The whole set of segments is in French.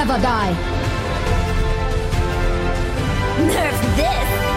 never die. Nerf this.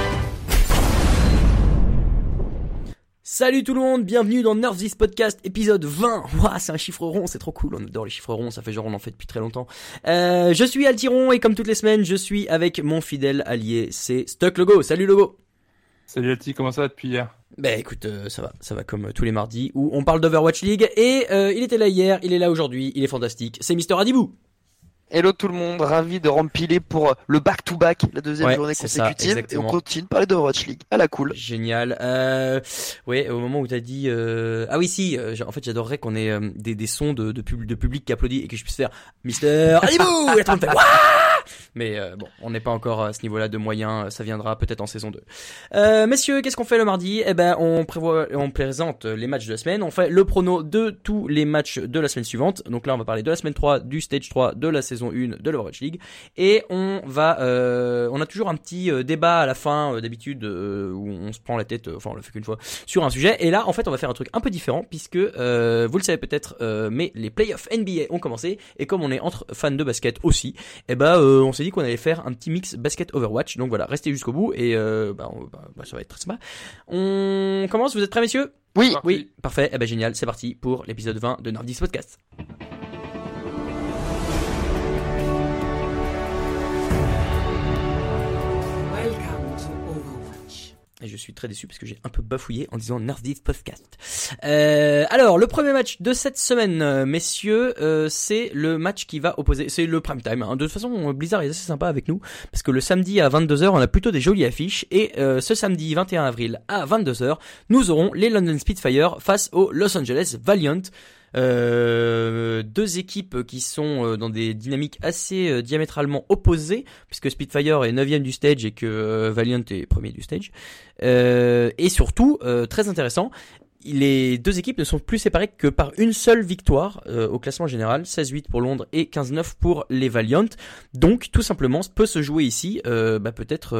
Salut tout le monde, bienvenue dans Nerf This Podcast épisode 20. Ouah, c'est un chiffre rond, c'est trop cool, on adore les chiffres ronds, ça fait genre on en fait depuis très longtemps. Je suis Altiron et comme toutes les semaines, je suis avec mon fidèle allié, c'est Stuck Logo. Salut Logo. Salut Alti, comment ça va depuis hier? Bah écoute, ça va comme tous les mardis où on parle d'Overwatch League et il était là hier, il est là aujourd'hui, il est fantastique, c'est Mister Adibou. Hello tout le monde, ravi de rempiler pour le back-to-back, la deuxième journée c'est ça, consécutive, et exactement. on continue de parler de Overwatch League, à la cool. Génial. Ouais, au moment où t'as dit, ah oui si, en fait j'adorerais qu'on ait des sons de public qui applaudit et que je puisse faire Mister Adibou et tout le monde fait Wouah. Mais bon, on n'est pas encore à ce niveau-là de moyens, ça viendra peut-être en saison 2. Messieurs, qu'est-ce qu'on fait le mardi? Eh ben, on présente les matchs de la semaine, on fait le prono de tous les matchs de la semaine suivante. Donc là, on va parler de la semaine 3, du stage 3, de la saison 1 de l'Overwatch League. Et on a toujours un petit débat à la fin, d'habitude, où on se prend la tête, enfin on le fait qu'une fois, sur un sujet. Et là, en fait, on va faire un truc un peu différent, puisque, vous le savez peut-être, mais les playoffs NBA ont commencé, et comme on est entre fans de basket aussi, eh ben, on s'est dit qu'on allait faire un petit mix basket Overwatch. Donc voilà, restez jusqu'au bout et ça va être très sympa. On commence, vous êtes prêts messieurs? Oui. Oui, parfait. Eh ben génial, c'est parti pour l'épisode 20 de Nerf This Podcast. Et je suis très déçu parce que j'ai un peu bafouillé en disant Nerf This Podcast. Alors, le premier match de cette semaine, messieurs, c'est le match qui va opposer, c'est le prime time. Hein. De toute façon, Blizzard est assez sympa avec nous parce que le samedi à 22h, on a plutôt des jolies affiches. Et ce samedi 21 avril à 22h, nous aurons les London Spitfire face aux Los Angeles Valiant. Deux équipes qui sont dans des dynamiques assez diamétralement opposées puisque Spitfire est 9e du stage et que Valiant est 1er du stage, et surtout très intéressant, les deux équipes ne sont plus séparées que par une seule victoire au classement général, 16-8 pour Londres et 15-9 pour les Valiant. Donc tout simplement peut se jouer ici peut-être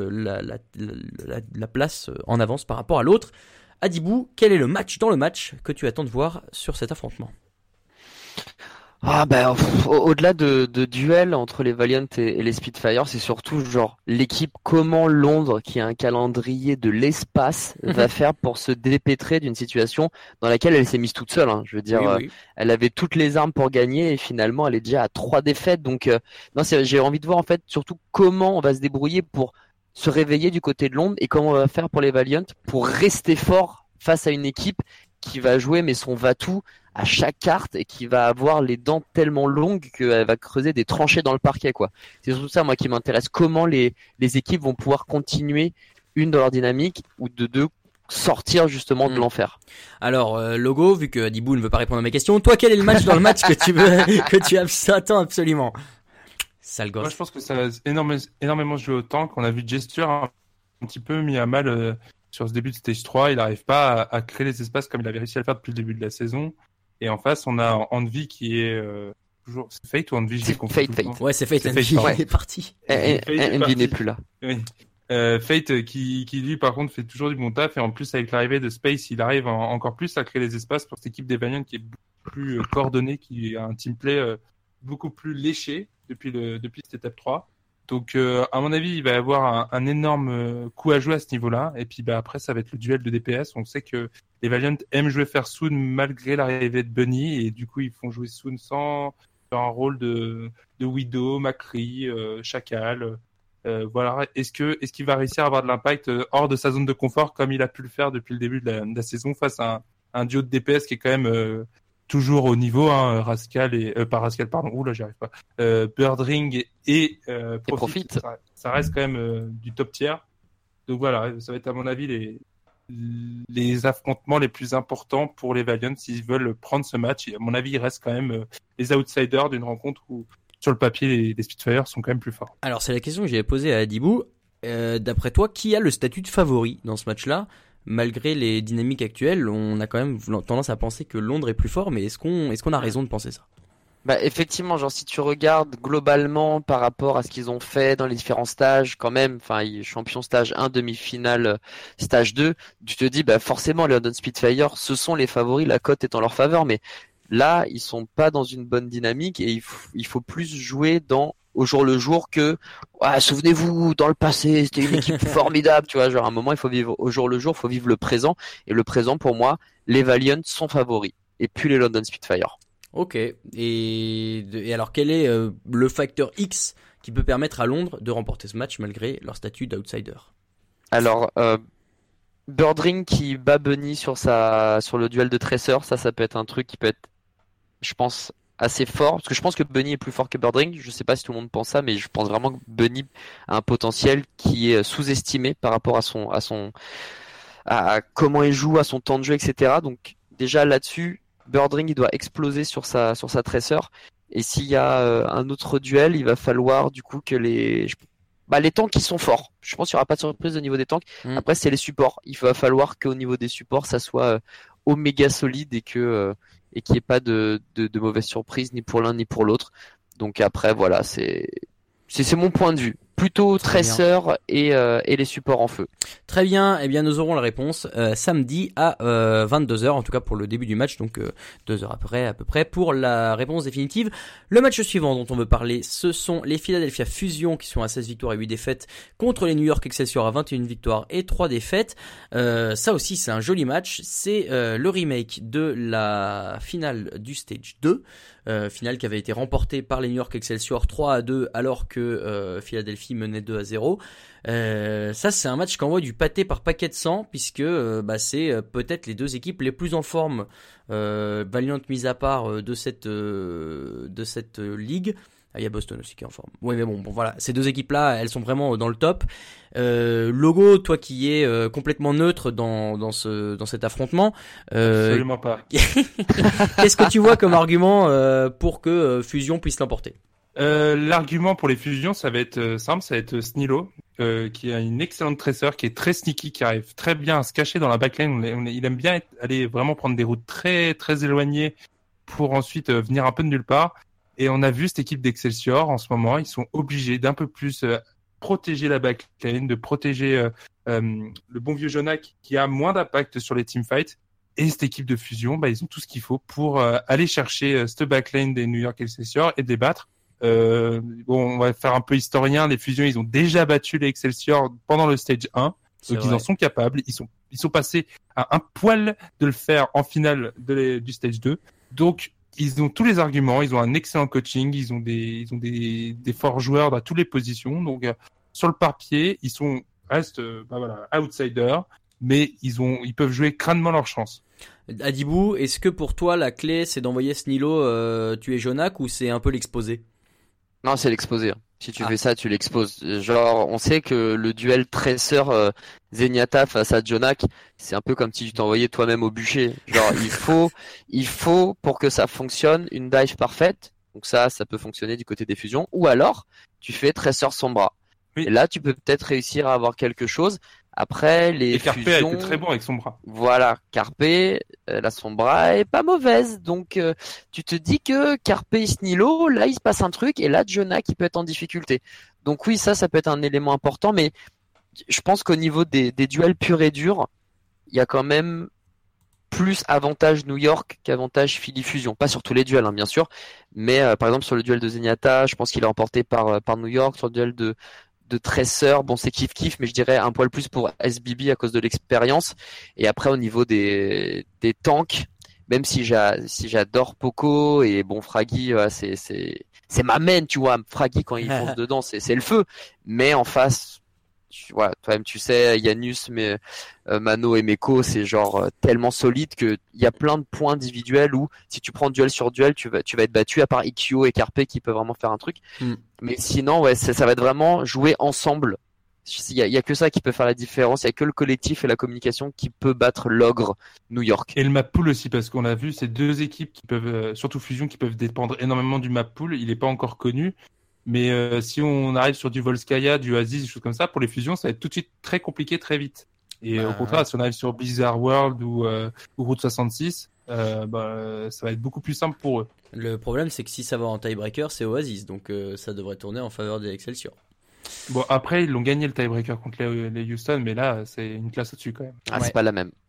la place en avance par rapport à l'autre. Adibou, quel est le match dans le match que tu attends de voir sur cet affrontement? Au-delà de duel entre les Valiant et les Spitfire, c'est surtout genre l'équipe comment Londres, qui a un calendrier de l'espace, va faire pour se dépêtrer d'une situation dans laquelle elle s'est mise toute seule. Hein. Je veux dire, oui. Elle avait toutes les armes pour gagner et finalement elle est déjà à 3 défaites. Donc j'ai envie de voir en fait surtout comment on va se débrouiller pour se réveiller du côté de Londres et comment on va faire pour les Valiant pour rester fort face à une équipe qui va jouer mais son va-tout à chaque carte et qui va avoir les dents tellement longues qu'elle va creuser des tranchées dans le parquet, quoi. C'est surtout ça, moi, qui m'intéresse. Comment les équipes vont pouvoir continuer une dans leur dynamique ou de deux sortir justement de l'enfer. Alors, Logo, vu que Adibou ne veut pas répondre à mes questions, toi, quel est le match dans le match que tu attends absolument? Sale gosse. Moi, je pense que ça va énormément jouer au tank. On a vu Gesture un petit peu mis à mal sur ce début de stage 3. Il n'arrive pas à créer les espaces comme il avait réussi à le faire depuis le début de la saison. Et en face, on a Envy qui est toujours... C'est Fate ou Envy? C'est Fate. Ouais, c'est Fate. Envy, il est parti. Envy n'est plus là. Oui. Fate qui lui par contre fait toujours du bon taf et en plus avec l'arrivée de Space il arrive encore plus à créer les espaces pour cette équipe des Valiant qui est beaucoup plus coordonnée, qui a un team play beaucoup plus léché depuis cette étape 3. Donc à mon avis il va y avoir un énorme coup à jouer à ce niveau-là et puis après ça va être le duel de DPS. On sait que les Valiant aiment jouer faire Soon malgré l'arrivée de Bunny et du coup ils font jouer Soon sans faire un rôle de Widow, McCree, Chacal. Voilà, est-ce qu'il va réussir à avoir de l'impact hors de sa zone de confort comme il a pu le faire depuis le début de la saison face à un duo de DPS qui est quand même toujours au niveau, hein, Rascal et pas Rascal pardon, là j'y arrive pas. Birdring et Profit. Ça reste quand même du top tier. Donc voilà, ça va être à mon avis les affrontements les plus importants pour les Valiant s'ils veulent prendre ce match. Et à mon avis, il reste quand même les outsiders d'une rencontre où sur le papier, les Spitfire sont quand même plus forts. Alors, c'est la question que j'avais posée à Adibou. D'après toi, qui a le statut de favori dans ce match-là? Malgré les dynamiques actuelles, on a quand même tendance à penser que Londres est plus fort, mais est-ce qu'on a raison de penser ça? Bah effectivement, genre si tu regardes globalement par rapport à ce qu'ils ont fait dans les différents stages, quand même, enfin champion stage 1, demi-finale stage 2, tu te dis bah forcément les London Spitfire, ce sont les favoris, la cote est en leur faveur, mais Là, ils sont pas dans une bonne dynamique et il faut plus jouer au jour le jour que souvenez-vous, dans le passé, c'était une équipe formidable, tu vois, genre à un moment, il faut vivre au jour le jour, il faut vivre le présent. Et le présent, pour moi, les Valiant sont favoris et puis les London Spitfire. Ok. Et alors, quel est le facteur X qui peut permettre à Londres de remporter ce match malgré leur statut d'outsider? Alors, Birdring qui bat Bunny sur le duel de Tracer, ça peut être un truc qui peut être, je pense, assez fort. Parce que je pense que Bunny est plus fort que Birdring. Je sais pas si tout le monde pense ça, mais je pense vraiment que Bunny a un potentiel qui est sous-estimé par rapport à comment il joue, à son temps de jeu, etc. Donc, déjà là-dessus, Birdring il doit exploser sur sa Tracer. Et s'il y a un autre duel, il va falloir du coup que les tanks qui sont forts. Je pense qu'il n'y aura pas de surprise au niveau des tanks. Après, c'est les supports. Il va falloir qu'au niveau des supports, ça soit oméga solide et qu'il n'y ait pas de mauvaises surprises ni pour l'un ni pour l'autre. Donc après, voilà, c'est mon point de vue. Plutôt Tracer et les supports en feu. Très bien, eh bien nous aurons la réponse samedi à 22h, en tout cas pour le début du match, donc 2 heures après à peu près pour la réponse définitive. Le match suivant dont on veut parler, ce sont les Philadelphia Fusion qui sont à 16 victoires et 8 défaites contre les New York Excelsior à 21 victoires et 3 défaites. Ça aussi c'est un joli match, c'est le remake de la finale du Stage 2. Finale qui avait été remportée par les New York Excelsior 3-2 alors que Philadelphie menait 2-0. Ça c'est un match qui envoie du pâté par paquet de sang puisque c'est peut-être les deux équipes les plus en forme, Valiant mis à part de cette ligue. Il y a Boston aussi qui est en forme. Oui, mais bon, voilà, ces deux équipes-là, elles sont vraiment dans le top. Logo, toi qui es complètement neutre dans cet affrontement, absolument pas. Qu'est-ce que tu vois comme argument pour que Fusion puisse l'emporter? L'argument pour les fusions, ça va être simple, ça va être Snilo, qui a une excellente tracer, qui est très sneaky, qui arrive très bien à se cacher dans la backline. Il aime bien aller vraiment prendre des routes très très éloignées pour ensuite venir un peu de nulle part. Et on a vu cette équipe d'Excelsior en ce moment, ils sont obligés d'un peu plus protéger la backline, de protéger le bon vieux Jonak qui a moins d'impact sur les teamfights. Et cette équipe de fusion, ils ont tout ce qu'il faut pour aller chercher cette backline des New York Excelsior et de les battre. On va faire un peu historien. Les fusions, ils ont déjà battu les Excelsior pendant le stage 1. Donc ils en sont capables. Ils sont passés à un poil de le faire en finale du stage 2. Donc ils ont tous les arguments, ils ont un excellent coaching, ils ont des forts joueurs dans toutes les positions. Donc sur le papier, ils restent outsiders, mais ils peuvent jouer crânement leur chance. Adibou, est-ce que pour toi la clé c'est d'envoyer Snilo tuer Jonak ou c'est un peu l'exposer? Non, c'est l'exposer. Si tu fais ça, tu l'exposes. Genre, on sait que le duel Tracer Zenyatta face à Jonak, c'est un peu comme si tu t'envoyais toi-même au bûcher. Genre, il faut pour que ça fonctionne une dive parfaite. Donc ça peut fonctionner du côté des fusions. Ou alors, tu fais Tracer Sombra. Oui. Et là, tu peux peut-être réussir à avoir quelque chose. Après, les Carpe fusions... a été très bon avec Sombra. Voilà, Carpe, la Sombra est pas mauvaise. Donc, tu te dis que Carpe et Snilo, là, il se passe un truc. Et là, Jonak, il peut être en difficulté. Donc oui, ça peut être un élément important. Mais je pense qu'au niveau des duels purs et durs, il y a quand même plus avantage New York qu'avantage Philly Fusion. Pas sur tous les duels, hein, bien sûr. Mais par exemple, sur le duel de Zenyatta, je pense qu'il est remporté par New York. Sur le duel de Tracer, bon c'est kiff, mais je dirais un poil plus pour SBB à cause de l'expérience. Et après au niveau des tanks, même si j'adore Poco et bon Fraggy, c'est ma main, tu vois. Fraggy quand il fonce dedans, c'est le feu. Mais en face, toi-même tu sais, Janus, mais Mano et Meko, c'est genre tellement solide que il y a plein de points individuels où si tu prends duel sur duel, tu vas être battu, à part Ikkyo et Carpe qui peuvent vraiment faire un truc. Mais sinon, ça va être vraiment jouer ensemble. Il y a que ça qui peut faire la différence. Il y a que le collectif et la communication qui peut battre l'ogre New York. Et le map pool aussi, parce qu'on a vu ces deux équipes qui peuvent, surtout Fusion, qui peuvent dépendre énormément du map pool. Il n'est pas encore connu. Mais si on arrive sur du Volskaya, du Aziz, des choses comme ça, pour les fusions, ça va être tout de suite très compliqué, très vite. Et au contraire, si on arrive sur Blizzard World ou Route 66, ça va être beaucoup plus simple pour eux. Le problème, c'est que si ça va en tiebreaker, c'est Oasis, donc ça devrait tourner en faveur des Excelsior. Bon, après, ils l'ont gagné le tiebreaker contre les Houston, mais là, c'est une classe au-dessus quand même. C'est pas la même.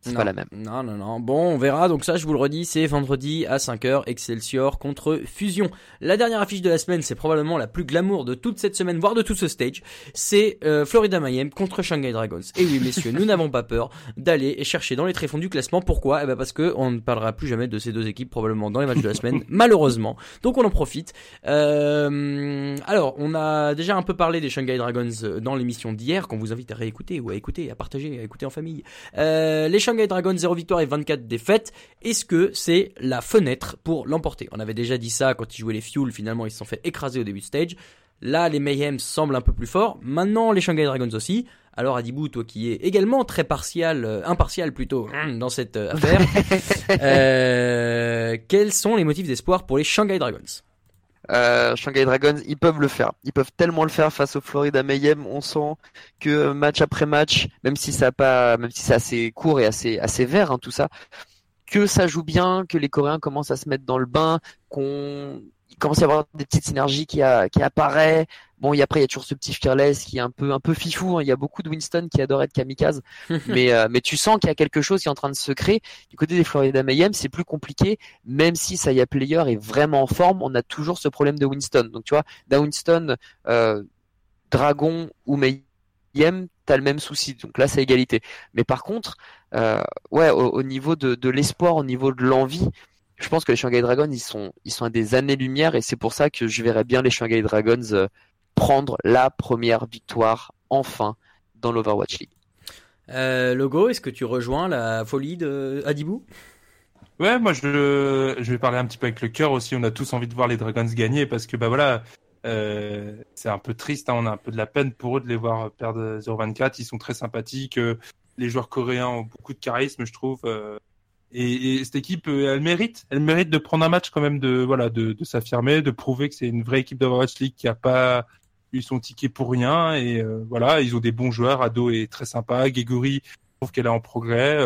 C'est pas la même. Non. Bon, on verra. Donc ça, je vous le redis, c'est vendredi à 5h, Excelsior contre Fusion. La dernière affiche de la semaine, c'est probablement la plus glamour de toute cette semaine, voire de tout ce stage. C'est Florida Mayhem contre Shanghai Dragons. Et oui, messieurs, nous n'avons pas peur d'aller chercher dans les tréfonds du classement. Pourquoi ? Eh ben parce que on ne parlera plus jamais de ces deux équipes probablement dans les matchs de la semaine, malheureusement. Donc on en profite. Alors, on a déjà un peu parlé des Shanghai Dragons dans l'émission d'hier, qu'on vous invite à réécouter ou à écouter, à partager, à écouter en famille. Les Shanghai Dragons 0 victoire et 24 défaites. Est-ce que c'est la fenêtre pour l'emporter ? On avait déjà dit ça quand ils jouaient les Fuel, finalement ils se sont fait écraser au début de stage. Là les Mayhem semblent un peu plus forts. Maintenant les Shanghai Dragons aussi. Alors Adibou, toi qui es également très impartial plutôt dans cette affaire, quels sont les motifs d'espoir pour les Shanghai Dragons ? Shanghai Dragons, ils peuvent le faire. Ils peuvent tellement le faire face au Florida Mayhem. On sent que match après match, même si c'est assez court et assez vert, tout ça, que ça joue bien, que les Coréens commencent à se mettre dans le bain, il commence à y avoir des petites synergies qui apparaissent. Bon, et après il y a toujours ce petit Fearless qui est un peu fifou. Il y a beaucoup de Winston qui adore être kamikaze, mais tu sens qu'il y a quelque chose qui est en train de se créer. Du côté des Florida Mayhem, c'est plus compliqué. Même si Saya Player est vraiment en forme, on a toujours ce problème de Winston. Donc tu vois, d'un Winston, Dragon ou Mayhem, t'as le même souci. Donc là, c'est égalité. Mais par contre, au niveau de l'espoir, au niveau de l'envie, je pense que les Shanghai Dragons, ils sont à des années-lumière, et c'est pour ça que je verrais bien les Shanghai Dragons prendre la première victoire enfin dans l'Overwatch League. Logo, est-ce que tu rejoins la folie de Adibou ? Ouais, moi je vais parler un petit peu avec le cœur aussi. On a tous envie de voir les Dragons gagner parce que c'est un peu triste. On a un peu de la peine pour eux de les voir perdre 0-24. Ils sont très sympathiques. Les joueurs coréens ont beaucoup de charisme, je trouve. Et cette équipe, elle mérite de prendre un match quand même, de s'affirmer, de prouver que c'est une vraie équipe d'Overwatch League qui a pas eu son ticket pour rien. Et ils ont des bons joueurs. Ado est très sympa. Geguri, je trouve qu'elle est en progrès.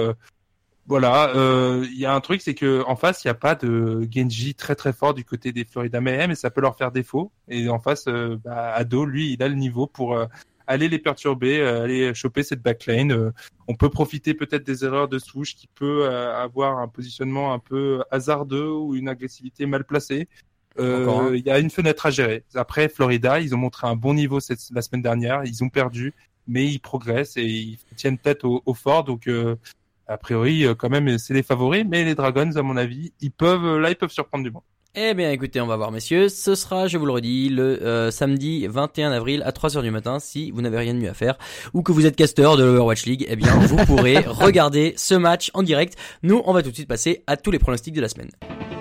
Il y a un truc, c'est que en face, il n'y a pas de Genji très très fort du côté des Florida Mayhem et ça peut leur faire défaut. Et en face, Ado, lui, il a le niveau pour aller les perturber, aller choper cette backline. On peut profiter peut-être des erreurs de Swoosh qui peut avoir un positionnement un peu hasardeux ou une agressivité mal placée. Il y a une fenêtre à gérer. Après, Florida, ils ont montré un bon niveau la semaine dernière. Ils ont perdu, mais ils progressent et ils tiennent tête au fort. Donc, a priori, quand même, c'est les favoris. Mais les Dragons, à mon avis, ils peuvent surprendre du monde. Eh bien, écoutez, on va voir, messieurs. Ce sera, je vous le redis, le samedi 21 avril à 3h du matin. Si vous n'avez rien de mieux à faire ou que vous êtes caster de l'Overwatch League, eh bien, vous pourrez regarder ce match en direct. Nous, on va tout de suite passer à tous les pronostics de la semaine.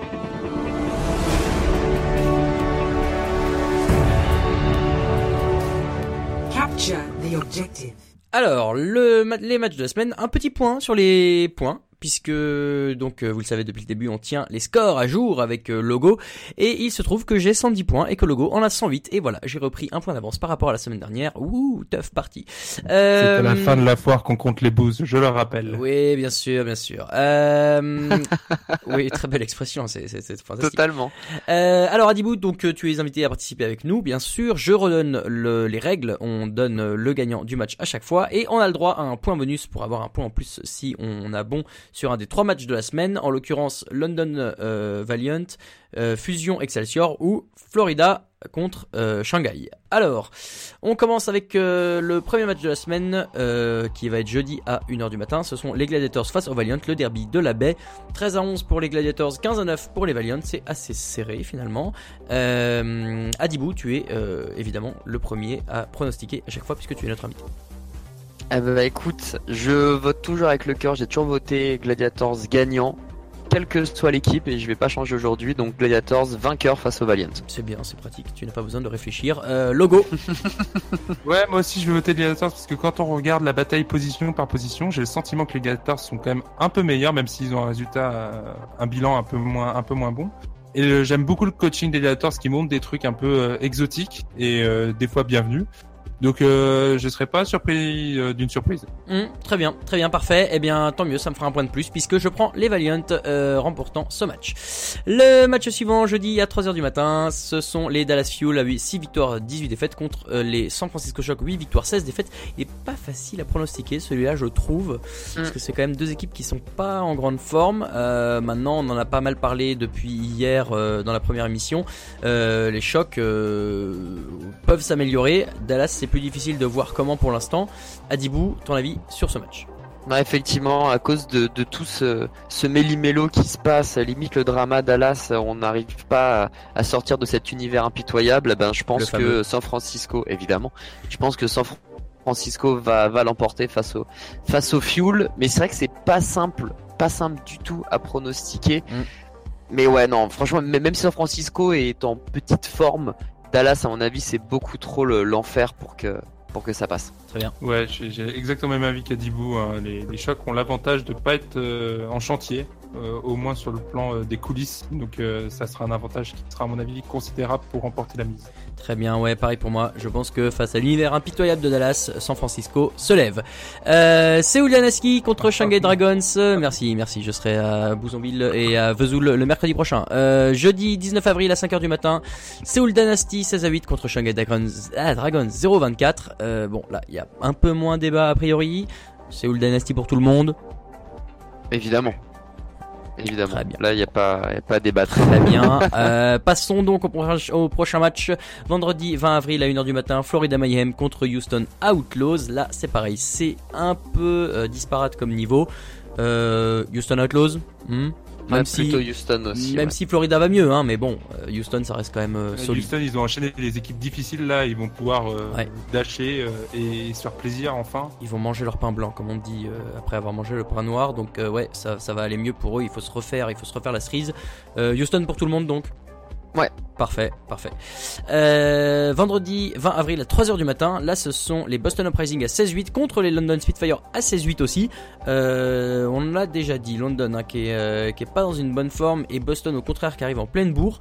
Capture the objective. Alors, les matchs de la semaine, un petit point sur les points. Puisque, donc, vous le savez depuis le début, on tient les scores à jour avec Logo, et il se trouve que j'ai 110 points et que Logo en a 108, et voilà, j'ai repris un point d'avance par rapport à la semaine dernière. Ouh, tough party. C'est à la fin de la foire qu'on compte les bouses, je le rappelle. Oui, bien sûr. Oui, très belle expression, c'est fantastique. Totalement. Alors Adibou, donc tu es invité à participer avec nous, bien sûr. Je redonne les règles. On donne le gagnant du match à chaque fois, et on a le droit à un point bonus pour avoir un point en plus si on a bon sur un des 3 matchs de la semaine, en l'occurrence London Valiant, Fusion Excelsior ou Florida contre Shanghai. Alors, on commence avec le premier match de la semaine qui va être jeudi à 1h du matin. Ce sont les Gladiators face aux Valiant, le derby de la baie. 13-11 pour les Gladiators, 15-9 pour les Valiant. C'est assez serré finalement. Adibou, tu es évidemment le premier à pronostiquer à chaque fois puisque tu es notre invité. Écoute, je vote toujours avec le cœur, j'ai toujours voté Gladiators gagnant, quelle que soit l'équipe, et je vais pas changer aujourd'hui, donc Gladiators vainqueur face aux Valiant. C'est bien, c'est pratique, tu n'as pas besoin de réfléchir. Logo. Ouais, moi aussi je vais voter Gladiators parce que quand on regarde la bataille position par position, j'ai le sentiment que les Gladiators sont quand même un peu meilleurs, même s'ils ont un bilan un peu moins bon. Et j'aime beaucoup le coaching des Gladiators qui montre des trucs un peu exotiques et des fois bienvenus. Donc je serais pas surpris d'une surprise. Très bien, parfait. Eh bien, tant mieux, ça me fera un point de plus puisque je prends les Valiant remportant ce match. Le match suivant, jeudi à 3h du matin, ce sont les Dallas Fuel à 6 victoires, 18 défaites contre les San Francisco Shock, 8 victoires, 16 défaites. Il est pas facile à pronostiquer celui-là, je trouve, parce que c'est quand même deux équipes qui sont pas en grande forme. Maintenant, on en a pas mal parlé depuis hier dans la première émission. Les Shocks peuvent s'améliorer. Dallas, c'est plus difficile de voir comment pour l'instant. Adibou, ton avis sur ce match? Non, effectivement, à cause de tout ce méli-mélo qui se passe, limite le drama Dallas, on n'arrive pas à sortir de cet univers impitoyable. Ben, je pense que San Francisco, évidemment, je pense que San Francisco va l'emporter face au Fuel. Mais c'est vrai que c'est pas simple du tout à pronostiquer. Mais ouais, non, franchement, même si San Francisco est en petite forme, Dallas, à mon avis, c'est beaucoup trop l'enfer pour que ça passe. Très bien. Ouais, j'ai exactement le même avis qu'Adibou. Hein. Les Shocks ont l'avantage de pas être en chantier, au moins sur le plan des coulisses. Donc ça sera un avantage qui sera à mon avis considérable pour remporter la mise. Très bien, ouais, pareil pour moi. Je pense que face à l'univers impitoyable de Dallas, San Francisco se lève. Seoul Dynasty contre Shanghai Dragons. Merci, je serai à Bouzonville et à Vesoul le mercredi prochain. Jeudi 19 avril à 5h du matin, Seoul Dynasty 16-8 contre Shanghai Dragons 0-24. Bon, là, il y a un peu moins débat a priori. Seoul Dynasty pour tout le monde. Évidemment. Très bien. Là, il n'y a pas à débattre. Très bien. Passons donc au prochain match. Vendredi 20 avril à 1h du matin, Florida Mayhem contre Houston Outlaws. Là, c'est pareil. C'est un peu disparate comme niveau. Houston Outlaws. Même plutôt Houston aussi. Même si Florida va mieux, hein, mais bon, Houston, ça reste quand même solide. Houston, ils ont enchaîné les équipes difficiles là. Ils vont pouvoir dasher et se faire plaisir enfin. Ils vont manger leur pain blanc, comme on dit, après avoir mangé le pain noir. Donc ouais, ça va aller mieux pour eux. Il faut se refaire la cerise. Houston pour tout le monde donc. Ouais. Parfait. Vendredi 20 avril à 3h du matin, là ce sont les Boston Uprising à 16-8 contre les London Spitfire à 16-8 aussi. On l'a déjà dit, London hein, qui est pas dans une bonne forme et Boston au contraire qui arrive en pleine bourre.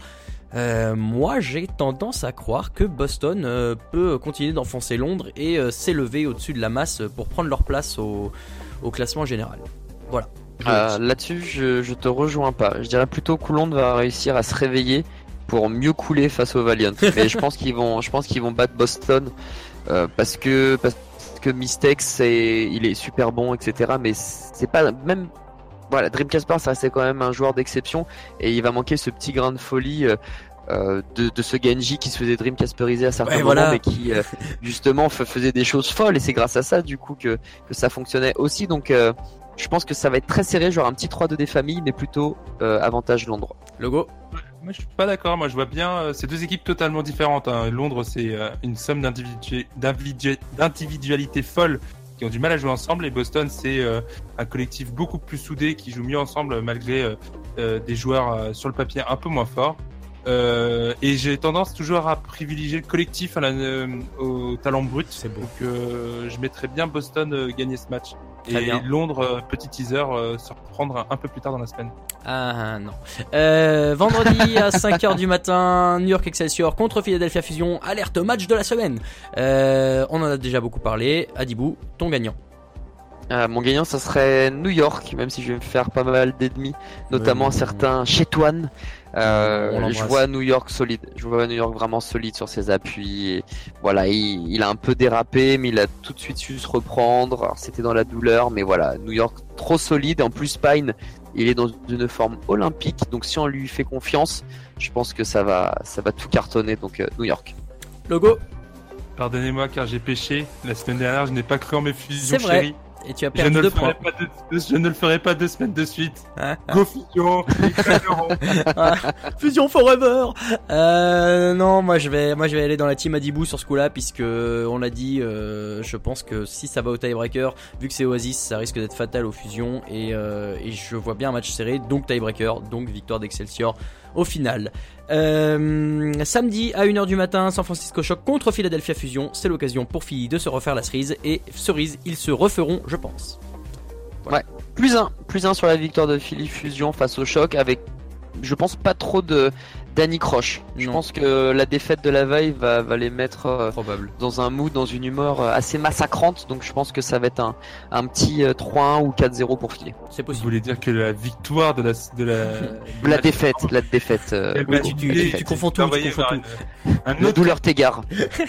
Moi j'ai tendance à croire que Boston peut continuer d'enfoncer Londres et s'élever au-dessus de la masse pour prendre leur place au classement général. Voilà. Là-dessus je te rejoins pas. Je dirais plutôt que Londres va réussir à se réveiller pour mieux couler face aux Valiant. Mais je pense qu'ils vont battre Boston parce que Mystex il est super bon, etc. Mais c'est pas même. Voilà, Dream Casper, ça c'est quand même un joueur d'exception et il va manquer ce petit grain de folie de ce Genji qui se faisait Dream Casperiser à certains moments, mais qui justement faisait des choses folles et c'est grâce à ça du coup que ça fonctionnait aussi. Donc je pense que ça va être très serré, genre un petit 3-2 des familles, mais plutôt avantage Londres. Logo. Moi je suis pas d'accord, moi je vois bien ces deux équipes totalement différentes. Hein. Londres c'est une somme d'individualités folles qui ont du mal à jouer ensemble et Boston c'est un collectif beaucoup plus soudé qui joue mieux ensemble malgré des joueurs sur le papier un peu moins forts. Et j'ai tendance toujours à privilégier le collectif au talent brut. C'est beau. Donc je mettrais bien Boston gagner ce match. Très bien. Londres, petit teaser, se reprendre un peu plus tard dans la semaine. Ah non. Vendredi à 5h du matin, New York Excelsior contre Philadelphia Fusion. Alerte match de la semaine. On en a déjà beaucoup parlé. Adibou, ton gagnant. Mon gagnant, ça serait New York, même si je vais me faire pas mal d'ennemis, notamment un certain Chetouane. Je vois New York solide. Je vois New York vraiment solide sur ses appuis. Et voilà, il a un peu dérapé, mais il a tout de suite su se reprendre. Alors, c'était dans la douleur, mais voilà, New York trop solide. Et en plus, Pine, il est dans une forme olympique. Donc, si on lui fait confiance, je pense que ça va tout cartonner. Donc, New York. Logo. Pardonnez-moi car j'ai péché. La semaine dernière, je n'ai pas cru en mes fusions, C'est vrai. chérie. Et tu as perdu 2 points. Je ne le ferai pas 2 semaines de suite. Go Fusion. Fusion forever. Non, moi je vais aller dans la team Adibou sur ce coup-là puisque on l'a dit. Je pense que si ça va au tiebreaker, vu que c'est Oasis, ça risque d'être fatal aux fusions et je vois bien un match serré, donc tiebreaker, donc victoire d'Excelsior au final. Samedi à 1h du matin, San Francisco Shock contre Philadelphia Fusion. C'est l'occasion pour Philly de se refaire la cerise et cerise, ils se referont, je pense. Voilà. Ouais, plus 1 sur la victoire de Philly Fusion face au Shock avec je pense pas trop de Danny Croche. Je Non. pense que la défaite de la veille va les mettre Probable. dans un mood, dans une humeur assez massacrante. Donc je pense que ça va être un petit 3-1 ou 4-0 pour filer. C'est Vous possible. voulez dire que la victoire de La défaite. Elle Oui, va tu défailer, confonds tout, tu envoyer confonds vers tout. un La autre douleur t'égare.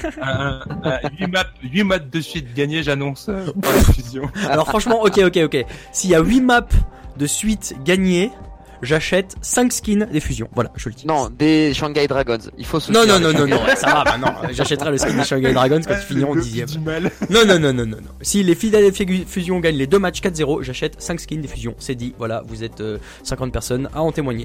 8 maps de suite gagnés, j'annonce par la fusion. Alors franchement, ok. S'il y a 8 maps de suite gagnées, j'achète 5 skins des fusions. Voilà, je le dis. Non, des Shanghai Dragons. Il faut Non, soutenir les non, Shanghai ça va, bah non, j'achèterai le skin des Shanghai Dragons quand ils finiront Le 10ème. du mal. Non. Si les fidèles des fusions gagnent les 2 matchs 4-0, j'achète 5 skins des fusions. C'est dit, voilà, vous êtes 50 personnes à en témoigner.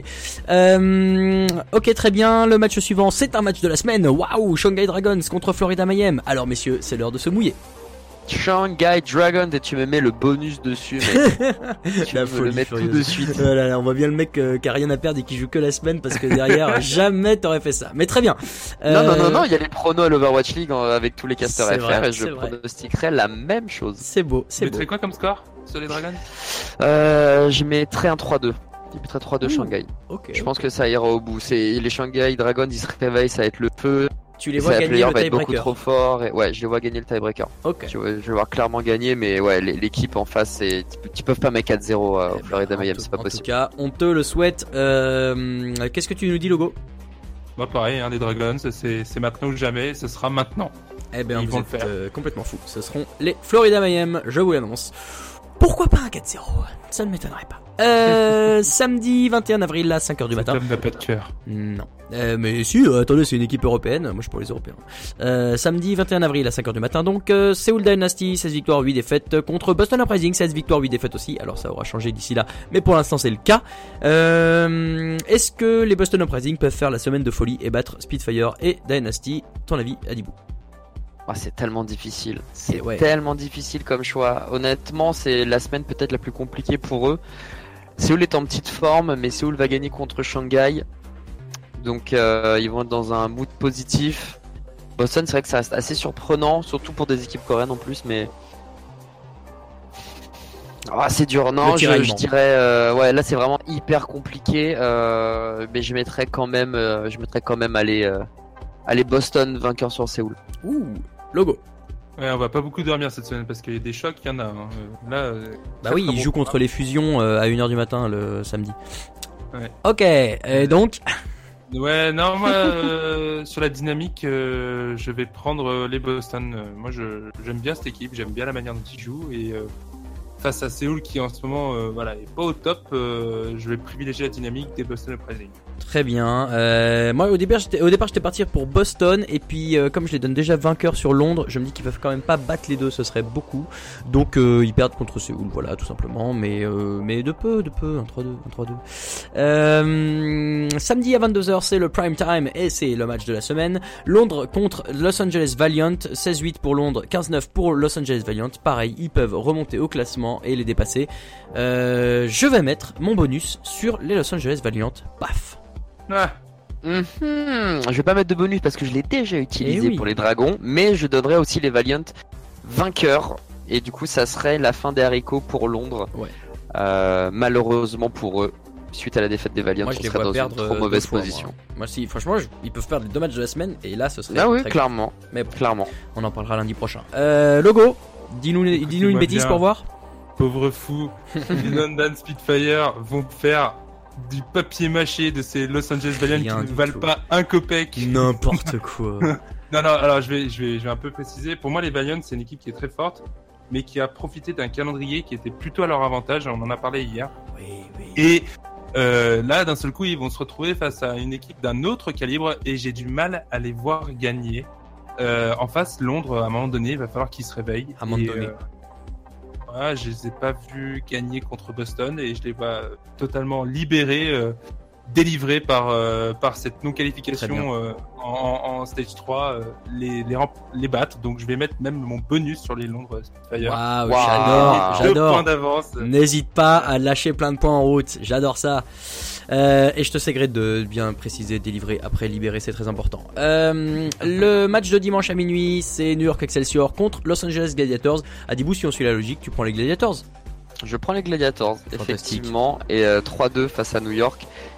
Ok, très bien, le match suivant, c'est un match de la semaine. Waouh, Shanghai Dragons contre Florida Mayhem. Alors messieurs, c'est l'heure de se mouiller. Shanghai Dragons et tu me mets le bonus dessus, mec. Tu La me folie le mets tout furieuse. de suite. Voilà, on voit bien le mec qui a rien à perdre et qui joue que la semaine parce que derrière, jamais t'aurais fait ça. Mais très bien. Non, il y a les pronos à l'Overwatch League avec tous les casters C'est FR vrai, et je c'est vrai. pronostiquerai la même chose. C'est beau, Tu c'est beau. mettrais quoi comme score sur les Dragons? Je mettrai un 3-2. Je mettrai 3-2 Ouh. Shanghai. Ok. Je pense que ça ira au bout. C'est les Shanghai Dragons, ils se réveillent, ça va être le feu. Tu les vois gagner player le va être beaucoup tiebreaker. trop fort. Et ouais, je les vois gagner le tiebreaker. Ok. Je vais voir clairement gagner, mais ouais, l'équipe en face, tu peux pas mettre 4-0 au Florida Mayhem, c'est pas En possible. tout cas, on te le souhaite. Qu'est-ce que tu nous dis, Logo? Bah pareil, les Dragons, c'est maintenant ou jamais, ce sera maintenant. Eh bien, Ils vous vont le êtes faire. complètement fous. Ce seront les Florida Mayhem, je vous l'annonce. Pourquoi pas un 4-0? Ça ne m'étonnerait pas. Samedi 21 avril à 5h du Cet matin. homme n'a pas de cœur. Non. Mais si, attendez, c'est une équipe européenne. Moi, je suis pour les Européens. Samedi 21 avril à 5h du matin. Donc, Seoul Dynasty, 16 victoires, 8 défaites. Contre Boston Uprising, 16 victoires, 8 défaites aussi. Alors, ça aura changé d'ici là. Mais pour l'instant, c'est le cas. Est-ce que les Boston Uprising peuvent faire la semaine de folie et battre Spitfire et Dynasty? Ton avis, Adibou? Ah, c'est tellement difficile. C'est ouais. tellement difficile comme choix. Honnêtement, c'est la semaine peut-être la plus compliquée pour eux. Séoul est en petite forme, mais Séoul va gagner contre Shanghai. Donc ils vont être dans un mood positif. Boston, c'est vrai que ça reste assez surprenant, surtout pour des équipes coréennes en plus, mais... Ah, c'est dur. Non, je dirais... ouais, là c'est vraiment hyper compliqué. Mais je mettrais quand même, aller Boston vainqueur sur Séoul. Ouh, Logo. Ouais, on va pas beaucoup dormir cette semaine parce qu'il y a des chocs, il y en a. Hein. Là, Bah très, oui, très ils bon jouent combat. contre les fusions à 1h du matin le samedi. Ouais. Ok, et donc Ouais, non, moi, sur la dynamique, je vais prendre les Boston. Moi, j'aime bien cette équipe, j'aime bien la manière dont ils jouent et face à Séoul qui en ce moment, voilà, est pas au top, je vais privilégier la dynamique des Boston Uprising. très bien. Moi au départ j'étais parti pour Boston et puis comme je les donne déjà vainqueurs sur Londres, je me dis qu'ils peuvent quand même pas battre les deux, ce serait beaucoup. Donc ils perdent contre Séoul, voilà tout simplement. Mais de peu, un 3-2. Samedi à 22h c'est le prime time et c'est le match de la semaine. Londres contre Los Angeles Valiant, 16-8 pour Londres, 15-9 pour Los Angeles Valiant. Pareil, ils peuvent remonter au classement et les dépasser. Je vais mettre mon bonus sur les Los Angeles Valiant. Paf. Ah, Je vais pas mettre de bonus parce que je l'ai déjà utilisé Eh oui. pour les dragons, mais je donnerai aussi les Valiant vainqueurs et du coup ça serait la fin des haricots pour Londres. Ouais. Malheureusement pour eux, suite à la défaite des Valiant, Moi je on les serait vois dans perdre une trop mauvaise deux fois, position. Moi si, franchement, ils peuvent perdre les deux matchs de la semaine et là ce serait Ah oui, très clairement, Mais bon, clairement. on en parlera lundi prochain. Logo, dis-nous une Écoutez-moi bêtise bien. pour voir. pauvre fou, les London Spitfire vont faire du papier mâché de ces Los Angeles Valiant Rien qui du ne valent tout. pas un copec. N'importe quoi. Non, alors je vais un peu préciser. Pour moi, les Valiant, c'est une équipe qui est très forte, mais qui a profité d'un calendrier qui était plutôt à leur avantage. On en a parlé hier. Oui. Et là, d'un seul coup, ils vont se retrouver face à une équipe d'un autre calibre, et j'ai du mal à les voir gagner. En face, Londres, à un moment donné, il va falloir qu'ils se réveillent. À un moment Et, donné. Voilà, je les ai pas vus gagner contre Boston, et je les vois totalement libérés, délivrés par cette Très non-qualification en Stage 3, les battre. Donc je vais mettre même mon bonus sur les Londres Spitfire. Waouh, Waouh. Deux j'adore. points d'avance. N'hésite pas à lâcher plein de points en route, j'adore ça. Et je te sais de bien préciser, délivrer après libérer, c'est très important. Le match de dimanche à minuit, c'est New York Excelsior contre Los Angeles Gladiators. Adibou, si on suit la logique, tu prends les Gladiators. Je prends les Gladiators, Fantastique. effectivement, et 3-2 face à New York.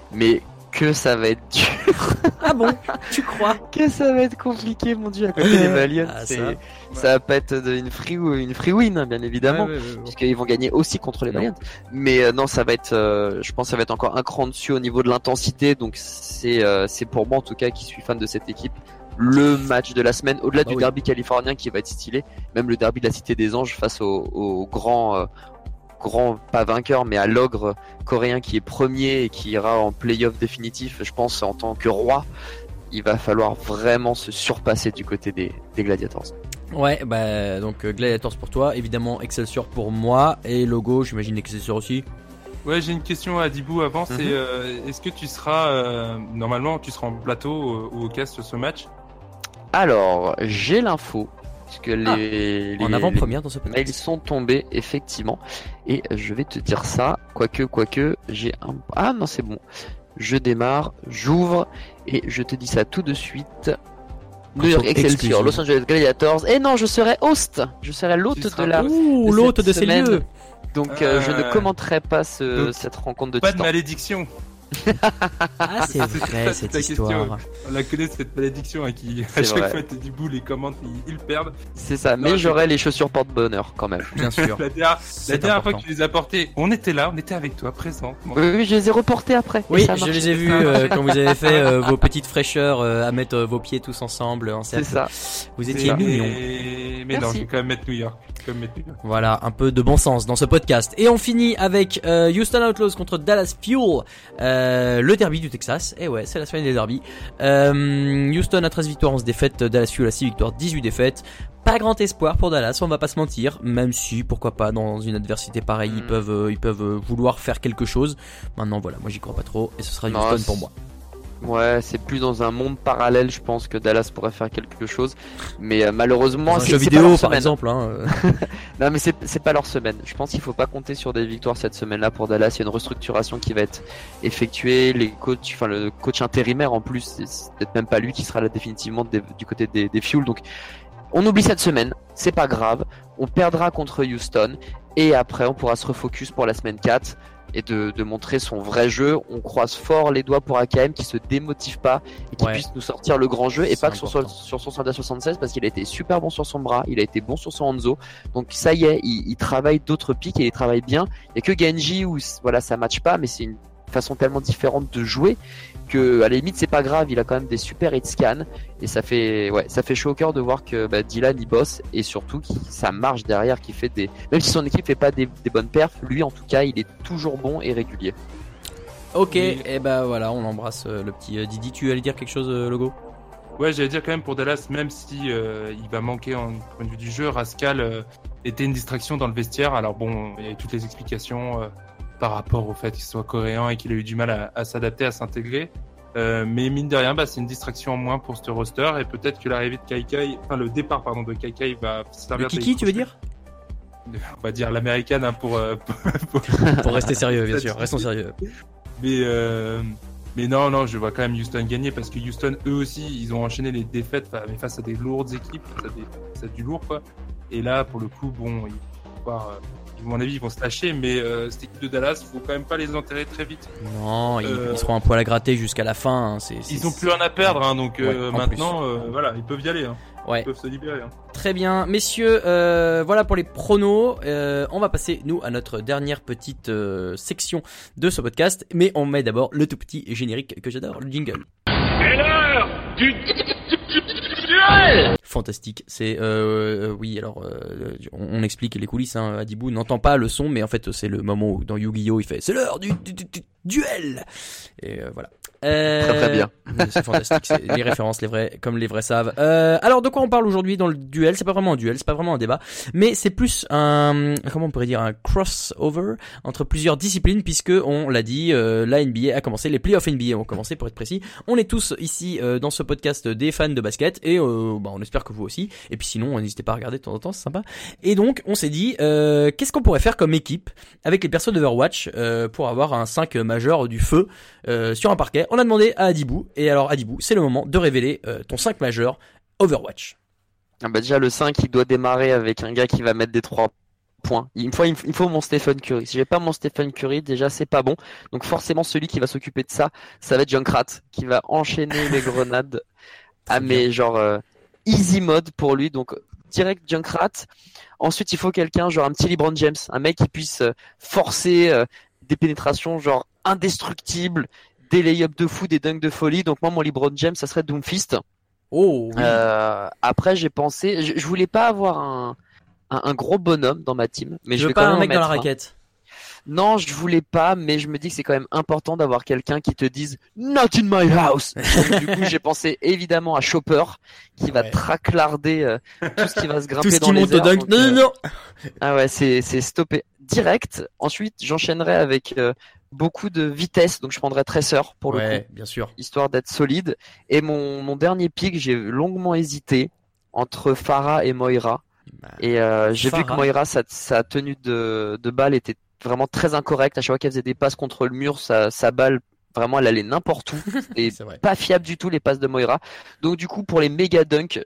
mais que ça va être dur. Ah bon? Tu crois? Que ça va être compliqué, mon dieu, à côté des Valiants. Ah, Ça va pas être une free win, hein, bien évidemment. Ouais. Puisqu'ils vont gagner aussi contre les Valiants. Mais non, ça va être, je pense que ça va être encore un cran dessus au niveau de l'intensité. Donc c'est pour moi en tout cas qui suis fan de cette équipe, le match de la semaine, au-delà du derby californien qui va être stylé, même le derby de la Cité des Anges face au grand pas vainqueur mais à l'ogre coréen qui est premier et qui ira en play-off définitif, je pense en tant que roi. Il va falloir vraiment se surpasser du côté des Gladiators. Ouais, bah donc Gladiators pour toi, évidemment Excelsior pour moi, et Logo, j'imagine Excelsior aussi. Ouais, j'ai une question à Dibou avant, c'est est-ce que tu seras normalement tu seras en plateau ou au cast sur ce match? Alors, j'ai l'info puisque en avant-première dans ce podcast. Mails sont tombés effectivement et je vais te dire ça, quoique j'ai un non, c'est bon. Je démarre, j'ouvre et je te dis ça tout de suite. New York Excelsior, Los Angeles Gladiators. Et non, je serai host. Je serai l'hôte de la. Ouh, l'hôte de ces lieux. Donc je ne commenterai pas cette rencontre de pas titans. De malédiction. Ah, c'est vrai cette histoire. On la connaît cette malédiction qui à chaque fois du bout les commandes ils perdent. C'est ça, mais j'aurai les chaussures porte-bonheur quand même. Bien sûr. La dernière fois que tu les as portées, on était là, on était avec toi, présent. Oui, je les ai reportés après. Oui, je les ai vus quand vous avez fait vos petites fraîcheurs à mettre vos pieds tous ensemble en cercle. C'est ça. Vous étiez mignons. Mais non, je vais quand même mettre New York. Voilà, un peu de bon sens dans ce podcast. Et on finit avec Houston Outlaws contre Dallas Fuel, le derby du Texas. Et ouais, c'est la semaine des derbies. Houston a 13 victoires, 11 défaites. Dallas Fuel a 6 victoires, 18 défaites. Pas grand espoir pour Dallas, on va pas se mentir. Même si, pourquoi pas, dans une adversité pareille, ils peuvent vouloir faire quelque chose. Maintenant, voilà, moi j'y crois pas trop. Et ce sera Houston pour moi. Ouais, c'est plus dans un monde parallèle, je pense que Dallas pourrait faire quelque chose, mais malheureusement, c'est un jeu vidéo par exemple. Hein. Non, mais c'est pas leur semaine. Je pense qu'il faut pas compter sur des victoires cette semaine-là pour Dallas. Il y a une restructuration qui va être effectuée. Les coachs, le coach intérimaire en plus, c'est peut-être même pas lui qui sera là définitivement du côté des Fuel. Donc, on oublie cette semaine, c'est pas grave. On perdra contre Houston et après, on pourra se refocus pour la semaine 4. Et de montrer son vrai jeu. On croise fort les doigts pour AKM qui se démotive pas et qui puisse nous sortir le grand jeu et pas que sur son soldat 76 parce qu'il a été super bon sur son bras, il a été bon sur son Hanzo. Donc ça y est, il travaille d'autres pics et il travaille bien. Il y a que Genji où voilà, ça match pas, mais c'est une façon tellement différente de jouer que à la limite c'est pas grave, il a quand même des super hit scans et ça fait chaud au cœur de voir que Dylan il bosse et surtout ça marche derrière, qui fait même si son équipe fait pas des bonnes perfs, lui en tout cas il est toujours bon et régulier. Ok, et voilà, on embrasse le petit Didi. Tu allais dire quelque chose, Logo? Ouais, j'allais dire quand même pour Dallas, même si il va manquer en point de vue du jeu, Rascal était une distraction dans le vestiaire. Alors bon, il y a toutes les explications par rapport au fait qu'il soit coréen et qu'il a eu du mal à s'adapter, à s'intégrer. Mais mine de rien, c'est une distraction en moins pour ce roster et peut-être que l'arrivée de le départ de Kaikai va servir. Le Kiki, tu veux dire? On va dire l'américaine pour rester sérieux, bien sûr. Restons sérieux. Mais non, je vois quand même Houston gagner parce que Houston, eux aussi, ils ont enchaîné les défaites mais face à des lourdes équipes, face à du lourd quoi. Et là, pour le coup, bon, ils vont pouvoir. À mon avis, ils vont se lâcher, mais cette équipe de Dallas, faut quand même pas les enterrer très vite. Non, ils seront un poil à gratter jusqu'à la fin. Hein. Ils ont plus rien à perdre, donc maintenant, voilà, ils peuvent y aller. Hein. Ouais. Ils peuvent se libérer. Hein. Très bien, messieurs, voilà pour les pronos. On va passer, nous, à notre dernière petite section de ce podcast, mais on met d'abord le tout petit générique que j'adore, le jingle. C'est l'heure du duel. Fantastique, c'est oui, alors on explique les coulisses, hein. Adibou n'entend pas le son, mais en fait c'est le moment où dans Yu-Gi-Oh il fait c'est l'heure du duel et voilà. Très bien. C'est fantastique, c'est les références, comme les vrais savent. Alors de quoi on parle aujourd'hui dans le duel? C'est pas vraiment un duel, c'est pas vraiment un débat, mais c'est plus comment on pourrait dire, un crossover entre plusieurs disciplines, puisque on l'a dit, la NBA a commencé, les playoffs NBA ont commencé pour être précis. On est tous ici dans ce podcast des fans de basket et on espère que vous aussi. Et puis sinon, n'hésitez pas à regarder de temps en temps, c'est sympa. Et donc on s'est dit qu'est-ce qu'on pourrait faire comme équipe avec les persos d'Overwatch pour avoir un 5 majeur du feu sur un parquet. On a demandé à Adibou, et alors Adibou, c'est le moment de révéler ton 5 majeur Overwatch. Déjà le 5 il doit démarrer avec un gars qui va mettre des 3 Point. Il me faut mon Stephen Curry. Si j'ai pas mon Stephen Curry, déjà c'est pas bon. Donc forcément celui qui va s'occuper de ça, ça va être Junkrat qui va enchaîner les grenades à mes easy mode pour lui. Donc direct Junkrat. Ensuite il faut quelqu'un genre un petit LeBron James, un mec qui puisse forcer des pénétrations genre indestructibles, des lay-ups de fou, des dunks de folie. Donc moi mon LeBron James ça serait Doomfist. Oh oui. Après j'ai pensé, je voulais pas avoir un gros bonhomme dans ma team, mais Je je veux vais pas quand un même mec en dans la mettre un. raquette. Non, je voulais pas, mais je me dis que c'est quand même important d'avoir quelqu'un qui te dise Not in my house. Donc, du coup, j'ai pensé évidemment à Chopper qui va Ouais. traclarder tout ce qui va se grimper Tout ce dans qui les monte au airs. dunk. Donc, Non, non, non. ah ouais, c'est stoppé direct. Ensuite, j'enchaînerai avec beaucoup de vitesse, donc je prendrai Tracer pour le coup, Ouais, bien sûr. histoire d'être solide. Et mon dernier pick, j'ai longuement hésité entre Farah et Moira. Bah, Et j'ai vu que Farah. Moira, sa tenue de balle était vraiment très incorrecte. À chaque fois qu'elle faisait des passes contre le mur, sa balle, vraiment, elle allait n'importe où. Et C'est vrai. pas fiable du tout les passes de Moira. Donc du coup, pour les méga dunks,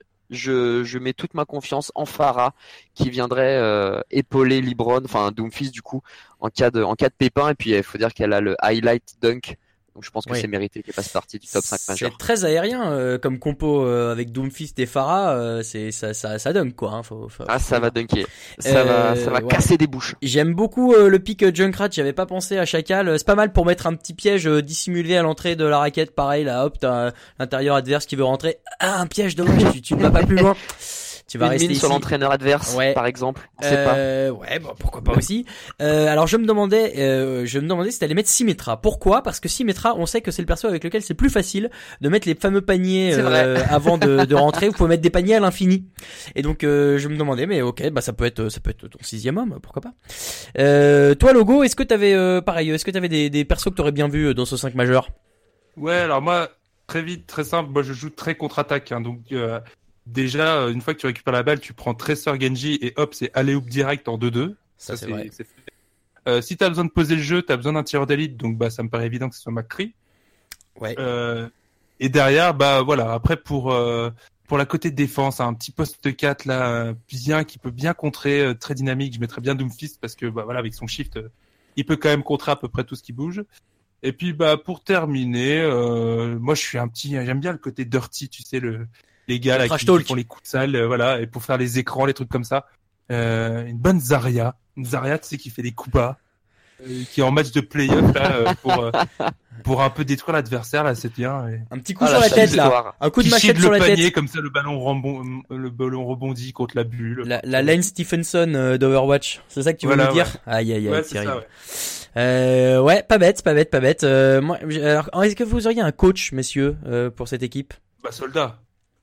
je mets toute ma confiance en Farah qui viendrait épauler LeBron, enfin Doomfist du coup, en cas de pépin. Et puis il faut dire qu'elle a le highlight dunk. Donc je pense que Oui. c'est mérité qu'elle fasse partie du top 5 majeur. C'est très aérien comme compo avec Doomfist et Farah. C'est ça dunk quoi. Hein, faut Ah, ça faut va dire. dunker. Ça va Ouais. casser des bouches. J'aime beaucoup le pick Junkrat, j'avais pas pensé à Chacal. C'est pas mal pour mettre un petit piège dissimulé à l'entrée de la raquette. Pareil là, hop, t'as l'intérieur adverse qui veut rentrer. Ah, un piège, dommage, tu ne vas pas plus loin. Tu vas Une rester mine ici. sur l'entraîneur adverse, Ouais. par exemple. On sait pas. Ouais, bon, pourquoi pas aussi. Alors je me demandais si t'allais mettre Symmetra. Pourquoi? Parce que Symmetra, on sait que c'est le perso avec lequel c'est plus facile de mettre les fameux paniers C'est vrai. avant de rentrer. Vous pouvez mettre des paniers à l'infini. Et donc je me demandais, mais ok, bah ça peut être ton 6e homme, pourquoi pas. Toi Logo, est-ce que t'avais pareil, est-ce que t'avais des persos que t'aurais bien vu dans ce 5 majeur? Ouais, alors moi, très vite, très simple, moi je joue très contre-attaque. Hein, donc déjà, une fois que tu récupères la balle, tu prends Tracer Genji et hop, c'est alley-oop direct en 2-2. Ça, c'est vrai. c'est fait. Si t'as besoin de poser le jeu, t'as besoin d'un tireur d'élite, donc bah ça me paraît évident que ce soit McCree. Ouais. Et derrière, bah voilà, après pour la côté défense, un petit poste 4 là, bien qui peut bien contrer, très dynamique, je mettrais bien Doomfist parce que bah voilà, avec son shift, il peut quand même contrer à peu près tout ce qui bouge. Et puis bah pour terminer, moi je suis j'aime bien le côté dirty, tu sais les gars là Trash qui talk. font les coups de salle, voilà, et pour faire les écrans, les trucs comme ça. Une bonne Zarya, tu sais qui fait des coups bas, qui est en match de play-off là pour un peu détruire l'adversaire là, c'est bien. Et... Un petit coup Ah, sur la la tête là. victoire. Un coup de qui machette shield sur le la panier, tête. comme ça le ballon rebondit contre la bulle. La Lane Stephenson d'Overwatch. C'est ça que tu veux Voilà, nous dire? ouais. Aïe aïe aïe, Ouais, c'est terrible. ça, ouais. Ouais, pas bête. Moi, alors, est-ce que vous auriez un coach, messieurs, pour cette équipe? Bah soldat.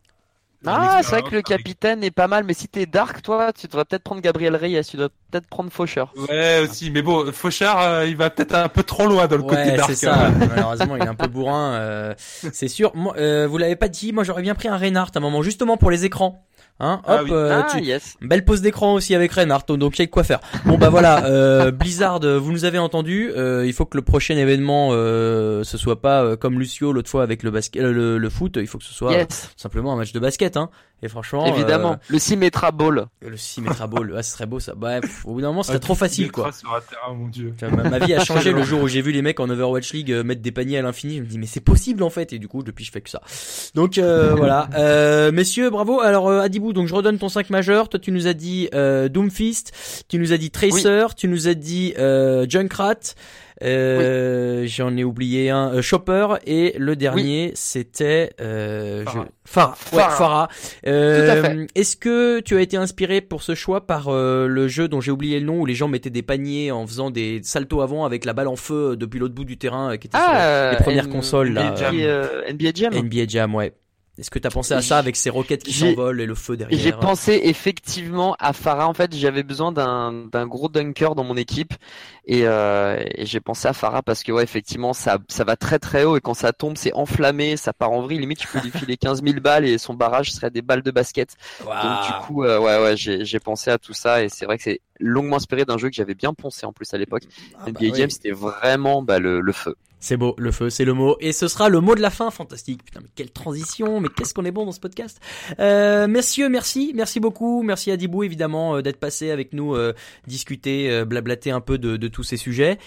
Ah, c'est vrai que le capitaine est pas mal, mais si t'es dark, toi, tu devrais peut-être prendre Gabriel Reyes, tu devrais peut-être prendre Faucheur. Ouais, aussi, mais bon, Fauchard, il va peut-être un peu trop loin dans le côté Ouais, dark. c'est ça. hein. Malheureusement, il est un peu bourrin. C'est sûr. Moi, vous l'avez pas dit. Moi, j'aurais bien pris un Reinhardt à un moment, justement pour les écrans. Hein, Ah hop, oui. Yes. belle pose d'écran aussi avec Reinhardt, donc il y a de quoi faire. Bon bah voilà, Blizzard, vous nous avez entendu. Il faut que le prochain événement, ce soit pas comme Lucio l'autre fois avec le basket, le foot. Il faut que ce soit Yes. simplement un match de basket, hein. Et franchement, Évidemment. Le Symmetra Ball. le 6 mètres à ball, ouais, ce serait beau ça. Bref, au bout d'un moment, ce serait Ah, trop tout facile le quoi. trace sur un terrain, mon dieu. Tu vois, ma vie a changé le jour où j'ai vu les mecs en Overwatch League mettre des paniers à l'infini. Je me dis mais c'est possible en fait. Et du coup depuis je fais que ça. Donc voilà. Messieurs, bravo. Alors Adibou, donc je redonne ton 5 majeur. Toi tu nous as dit Doomfist, tu nous as dit Tracer, tu nous as dit Junkrat. J'en ai oublié un, Chopper, et le dernier c'était Farah. Farah. Farah. à fait. Est-ce que tu as été inspiré pour ce choix par le jeu dont j'ai oublié le nom où les gens mettaient des paniers en faisant des saltos avant avec la balle en feu depuis l'autre bout du terrain qui était sur les premières consoles là, NBA Jam. NBA Jam. NBA Jam, ouais. Est-ce que t'as pensé à ça avec ces roquettes qui J'ai- s'envolent et le feu derrière? J'ai pensé effectivement à Farah. En fait, j'avais besoin d'un gros dunker dans mon équipe et j'ai pensé à Farah parce que ouais, effectivement, ça va très très haut et quand ça tombe, c'est enflammé, ça part en vrille. Limite, tu peux lui filer 15 000 balles et son barrage serait des balles de basket. Waouh. Donc du coup, ouais, j'ai pensé à tout ça et c'est vrai que c'est longuement inspiré d'un jeu que j'avais bien poncé en plus à l'époque. Ah, bah NBA oui. Jam, c'était vraiment le feu. C'est beau, le feu, c'est le mot. Et ce sera le mot de la fin, fantastique. Putain, mais quelle transition, mais qu'est-ce qu'on est bon dans ce podcast. Messieurs, merci beaucoup. Merci à Dibou, évidemment, d'être passé avec nous, discuter, blablater un peu de tous ces sujets.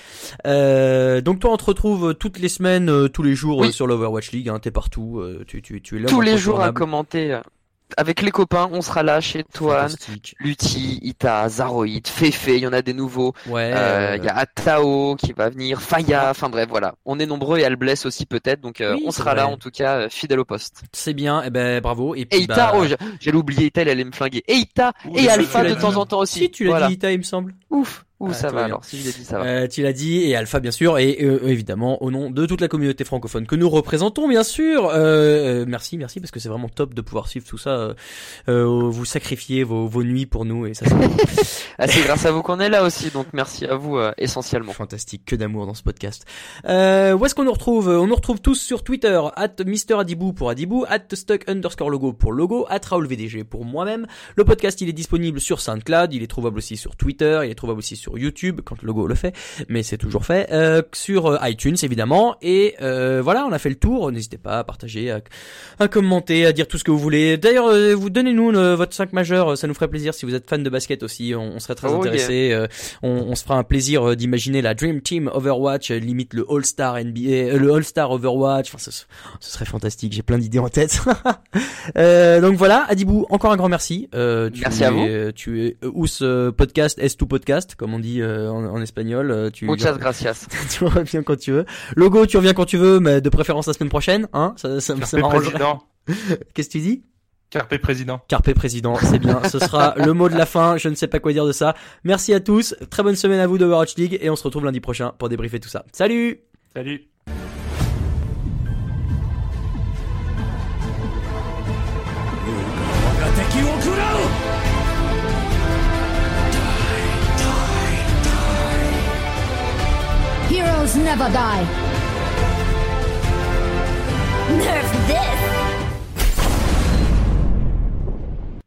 Donc toi, on te retrouve toutes les semaines, tous les jours sur l'Overwatch League, hein, t'es partout, tu es là. Tous les jours à commenter. Avec les copains, on sera là chez Toine, Lutti, Ita, Zaroid, Fefe, il y en a des nouveaux. Ouais. Il y a Atao qui va venir, Faya, enfin bref, voilà. On est nombreux et Albless aussi peut-être, donc on sera là en tout cas, fidèle au poste. C'est bien, bravo. Et puis, Ita, j'allais oublier Ita, elle allait me flinguer. Et Ita, et Alpha de temps en temps aussi. Si, tu l'as dit Ita, il me semble. Ouf. Ça va alors, si je l'ai dit, ça va. Tu l'as dit, et Alpha bien sûr, et évidemment au nom de toute la communauté francophone que nous représentons bien sûr. Merci parce que c'est vraiment top de pouvoir suivre tout ça. Vous sacrifiez vos nuits pour nous et ça. C'est grâce à vous qu'on est là aussi, donc merci à vous essentiellement. Fantastique, que d'amour dans ce podcast. Où est-ce qu'on nous retrouve? On nous retrouve tous sur Twitter @MrAdibou pour Adibou, @stuck_logo pour logo, @RaoulVDG pour moi-même. Le podcast il est disponible sur SoundCloud, il est trouvable aussi sur Twitter, il est trouvable aussi sur YouTube quand le logo le fait, mais c'est toujours fait, sur iTunes évidemment, et voilà, on a fait le tour. N'hésitez pas à partager, à commenter, à dire tout ce que vous voulez. D'ailleurs, vous donnez-nous votre 5 majeur, ça nous ferait plaisir. Si vous êtes fan de basket aussi, on serait très intéressés. Yeah. On se fera un plaisir d'imaginer la Dream Team Overwatch, limite le All-Star NBA, le All-Star Overwatch. Enfin, ce serait fantastique. J'ai plein d'idées en tête. Donc voilà, Adibou, encore un grand merci. Merci à vous. Tu es Ous podcast, S2 podcast, comme on dit en espagnol. Muchas gracias. Tu reviens quand tu veux. Logo, tu reviens quand tu veux, mais de préférence la semaine prochaine, hein. Ça m'arrangerait. Qu'est-ce que tu dis? Carpe président, c'est bien. Ce sera le mot de la fin. Je ne sais pas quoi dire de ça. Merci à tous. Très bonne semaine à vous de Overwatch League et on se retrouve lundi prochain pour débriefer tout ça. Salut. Heroes never die. Nerf this!